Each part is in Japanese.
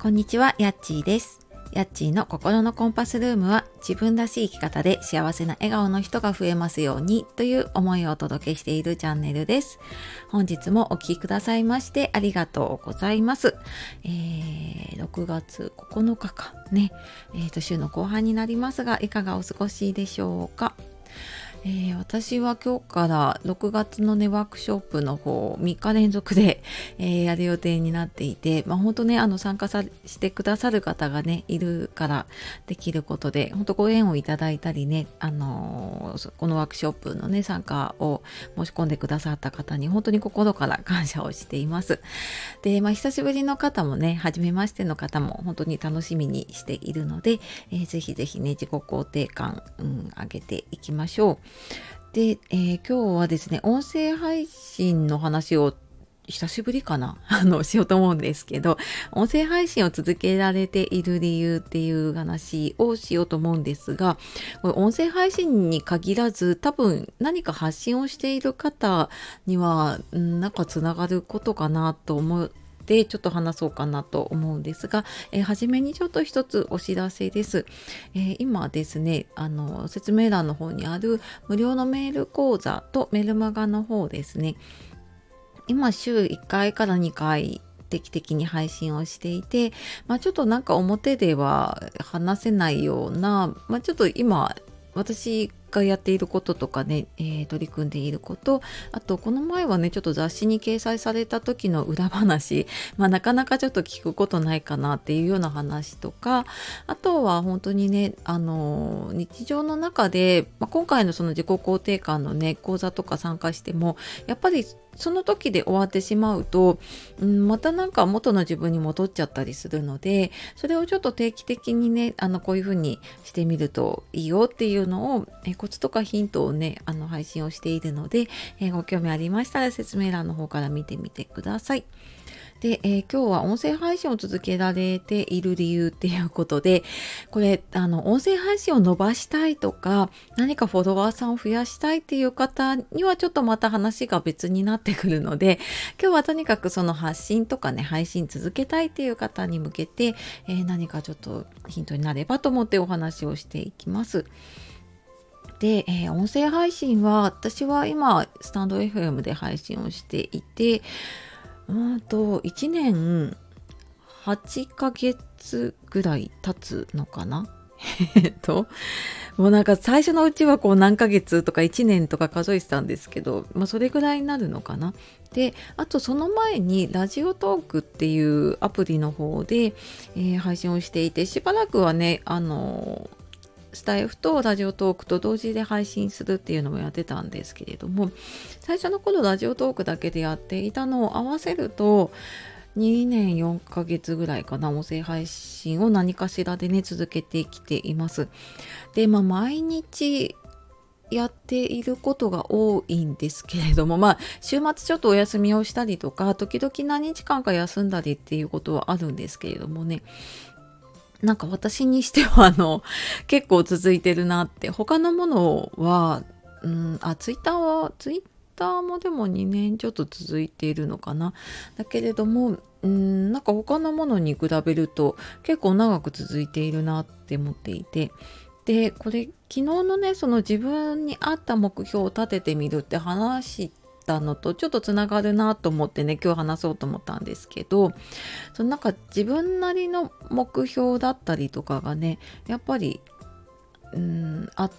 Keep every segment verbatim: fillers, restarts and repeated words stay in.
こんにちは、やっちーです。やっちーの心のコンパスルームは、自分らしい生き方で幸せな笑顔の人が増えますようにという思いをお届けしているチャンネルです。本日もお聞きくださいましてありがとうございます。えー、ろくがつここのかかね、えーと、週の後半になりますが、いかがお過ごしでしょうか。えー、私は今日からろくがつのねワークショップの方みっか連続で、えー、やる予定になっていて、まあ、本当ねあの参加さしてくださる方がねいるからできることで本当ご縁をいただいたりね、あのー、このワークショップのね参加を申し込んでくださった方に本当に心から感謝をしています。で、まあ、久しぶりの方もね初めましての方も本当に楽しみにしているので、えー、ぜひぜひね自己肯定感、うん、上げていきましょう。で、えー、今日はですね音声配信の話を久しぶりかなあのしようと思うんですけど、音声配信を続けられている理由っていう話をしようと思うんですが、これ音声配信に限らず多分何か発信をしている方にはなんかつながることかなと思うでちょっと話そうかなと思うんですが、えー、初めにちょっと一つお知らせです。えー、今ですねあの説明欄の方にある無料のメール講座とメルマガの方ですね、今週いっかいからにかい定期的に配信をしていて、まあ、ちょっとなんか表では話せないような、まあ、ちょっと今私がやっていることとかね、えー、取り組んでいること、あとこの前はねちょっと雑誌に掲載された時の裏話、まあ、なかなかちょっと聞くことないかなっていうような話とか、あとは本当にねあの日常の中で、まあ、今回のその自己肯定感のね講座とか参加してもやっぱりその時で終わってしまうと、うん、またなんか元の自分に戻っちゃったりするので、それをちょっと定期的にねあのこういう風にしてみるといいよっていうのをえコツとかヒントをねあの配信をしているので、えご興味ありましたら説明欄の方から見てみてください。で、えー、今日は音声配信を続けられている理由っていうことで、これあの音声配信を伸ばしたいとか何かフォロワーさんを増やしたいっていう方にはちょっとまた話が別になってくるので、今日はとにかくその発信とかね配信続けたいっていう方に向けて、えー、何かちょっとヒントになればと思ってお話をしていきます。で、えー、音声配信は私は今スタンド エフエム で配信をしていて、うんといちねんはちかげつぐらい経つのかなえっともうなんか最初のうちはこう何ヶ月とかいちねんとか数えてたんですけど、まあ、それぐらいになるのかな。であとその前にラジオトークっていうアプリの方で、えー、配信をしていて、しばらくはねあのスタイフとラジオトークと同時で配信するっていうのもやってたんですけれども、最初の頃ラジオトークだけでやっていたのを合わせるとにねんよんかげつぐらいかな、音声配信を何かしらでね続けてきています。でまあ毎日やっていることが多いんですけれども、まあ週末ちょっとお休みをしたりとか時々何日間か休んだりっていうことはあるんですけれどもね、なんか私にしてはあの結構続いてるなって。他のものは、うん、あツイッターはツイッターもでもにねんちょっと続いているのかな。だけれども、うん、なんか他のものに比べると結構長く続いているなって思っていて、でこれ昨日のねその自分に合った目標を立ててみるって話したのとちょっとつながるなと思ってね今日話そうと思ったんですけど、そのなんか自分なりの目標だったりとかがねやっぱりうんあって、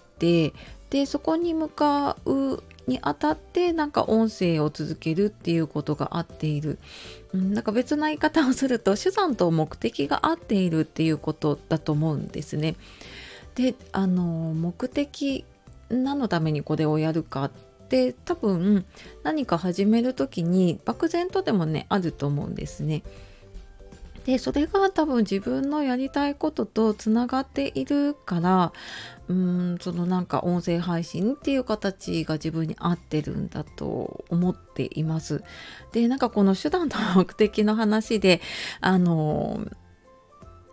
でそこに向かうにあたってなんか音声を続けるっていうことが合っている、うん、なんか別な言い方をすると手段と目的が合っているっていうことだと思うんですね。であの目的何のためにこれをやるかって多分何か始める時に漠然とでもねあると思うんですね。でそれが多分自分のやりたいこととつながっているから、うーんそのなんか音声配信っていう形が自分に合ってるんだと思っています。でなんかこの手段と目的の話であの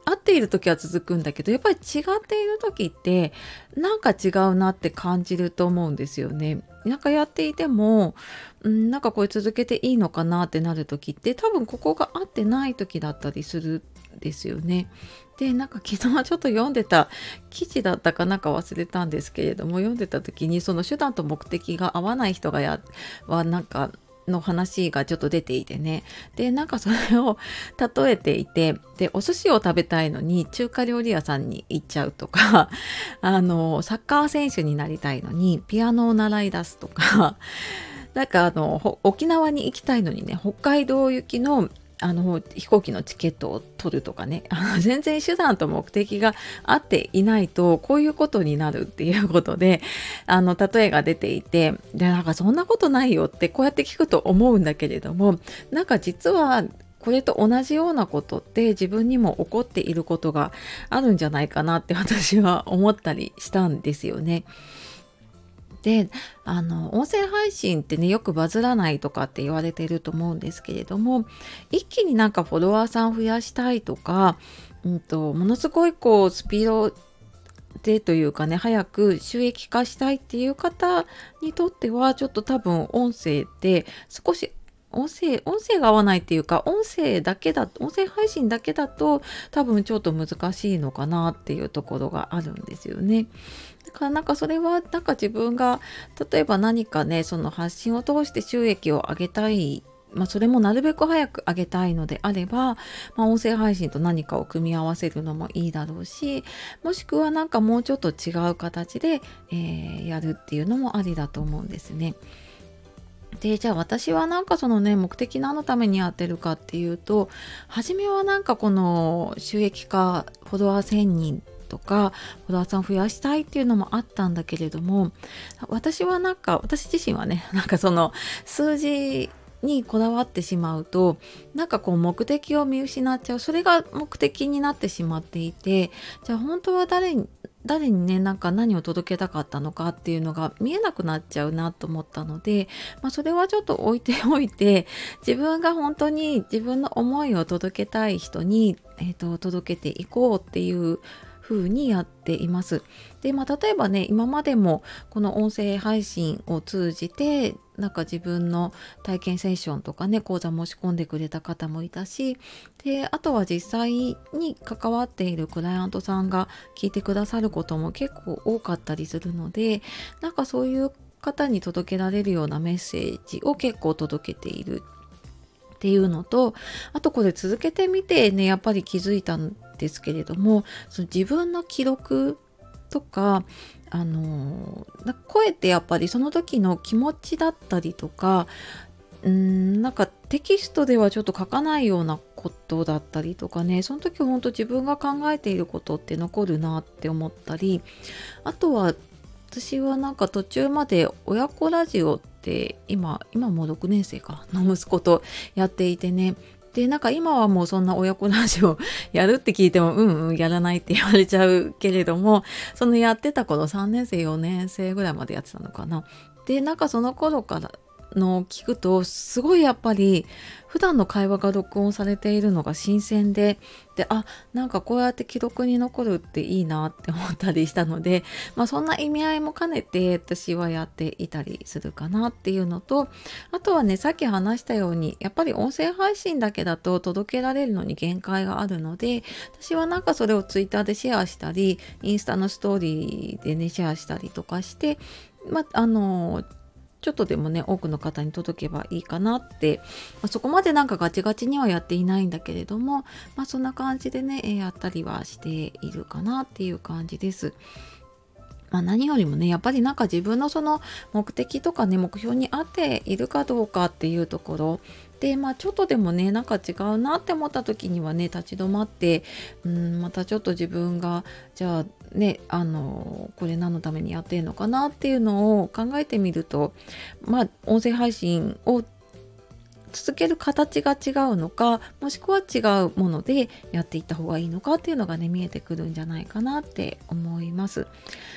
合っている時は続くんだけど、やっぱり違っている時ってなんか違うなって感じると思うんですよね。なんかやっていても、うん、なんかこれ続けていいのかなってなる時って多分ここが合ってない時だったりするんですよね。で、なんか昨日ちょっと読んでた記事だったかなんか忘れたんですけれども、読んでた時にその手段と目的が合わない人がやはなんかの話がちょっと出ていてね。で、なんかそれを例えていて、で、お寿司を食べたいのに中華料理屋さんに行っちゃうとか、あの、サッカー選手になりたいのにピアノを習い出すとか、なんかあの、沖縄に行きたいのにね、北海道行きのあの飛行機のチケットを取るとかね、あの全然手段と目的が合っていないとこういうことになるっていうことで、あの例えが出ていて、でなんかそんなことないよってこうやって聞くと思うんだけれども、なんか実はこれと同じようなことって自分にも起こっていることがあるんじゃないかなって私は思ったりしたんですよね。で、あの音声配信ってね、よくバズらないとかって言われていると思うんですけれども、一気になんかフォロワーさん増やしたいとか、うんと、ものすごいこうスピードでというかね、早く収益化したいっていう方にとってはちょっと多分音声って少し音声音声が合わないっていうか、音声だけだ音声配信だけだと多分ちょっと難しいのかなっていうところがあるんですよね。だからなんかそれはなんか自分が例えば何かね、その発信を通して収益を上げたい、まあ、それもなるべく早く上げたいのであれば、まあ、音声配信と何かを組み合わせるのもいいだろうし、もしくはなんかもうちょっと違う形で、えーやるっていうのもありだと思うんですね。で、じゃあ私はなんかそのね、目的何のためにやってるかっていうと、初めはなんかこの収益化、フォロワーせんにんとかフォロワーさん増やしたいっていうのもあったんだけれども、私はなんか私自身はね、なんかその数字にこだわってしまうと、なんかこう目的を見失っちゃう、それが目的になってしまっていて、じゃあ本当は誰に誰にね、なんか何を届けたかったのかっていうのが見えなくなっちゃうなと思ったので、まあ、それはちょっと置いておいて、自分が本当に自分の思いを届けたい人に、えーと、届けていこうっていう風にやっています。で、まあ、例えばね、今までもこの音声配信を通じてなんか自分の体験セッションとかね、講座申し込んでくれた方もいたし、で、あとは実際に関わっているクライアントさんが聞いてくださることも結構多かったりするので、なんかそういう方に届けられるようなメッセージを結構届けているっていうのと、あとこれ続けてみてね、やっぱり気づいたんですけれども、その自分の記録とか、あの声ってやっぱりその時の気持ちだったりとか、うーんなんかテキストではちょっと書かないようなことだったりとかね、その時本当自分が考えていることって残るなって思ったり、あとは私はなんか途中まで親子ラジオって今今もうろくねん生かの息子とやっていてね、でなんか今はもうそんな親子ラジオやるって聞いてもうんうんやらないって言われちゃうけれども、そのやってた頃さんねん生よねん生ぐらいまでやってたのかな。でなんかその頃からのを聞くとすごいやっぱり普段の会話が録音されているのが新鮮で、であなんかこうやって記録に残るっていいなって思ったりしたので、まあ、そんな意味合いも兼ねて私はやっていたりするかなっていうのと、あとはね、さっき話したようにやっぱり音声配信だけだと届けられるのに限界があるので、私はなんかそれをツイッターでシェアしたりインスタのストーリーでねシェアしたりとかして、まああのちょっとでもね多くの方に届けばいいかなって、まあ、そこまでなんかガチガチにはやっていないんだけれども、まあそんな感じでねやったりはしているかなっていう感じです。まあ、何よりもねやっぱりなんか自分のその目的とかね目標に合っているかどうかっていうところで、まあちょっとでもねなんか違うなって思った時にはね立ち止まって、うんまたちょっと自分がじゃあねあのこれ何のためにやってるのかなっていうのを考えてみると、まあ音声配信を続ける形が違うのか、もしくは違うものでやっていった方がいいのかっていうのがね見えてくるんじゃないかなって思います。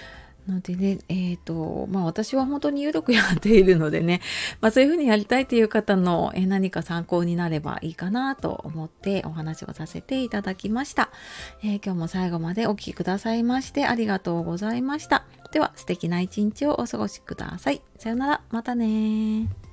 のでね、えっと、まあ私は本当に緩くやっているのでね、まあそういうふうにやりたいという方のえ何か参考になればいいかなと思ってお話をさせていただきました。えー今日も最後までお聞きくださいましてありがとうございました。では素敵な一日をお過ごしください。さよなら、またね。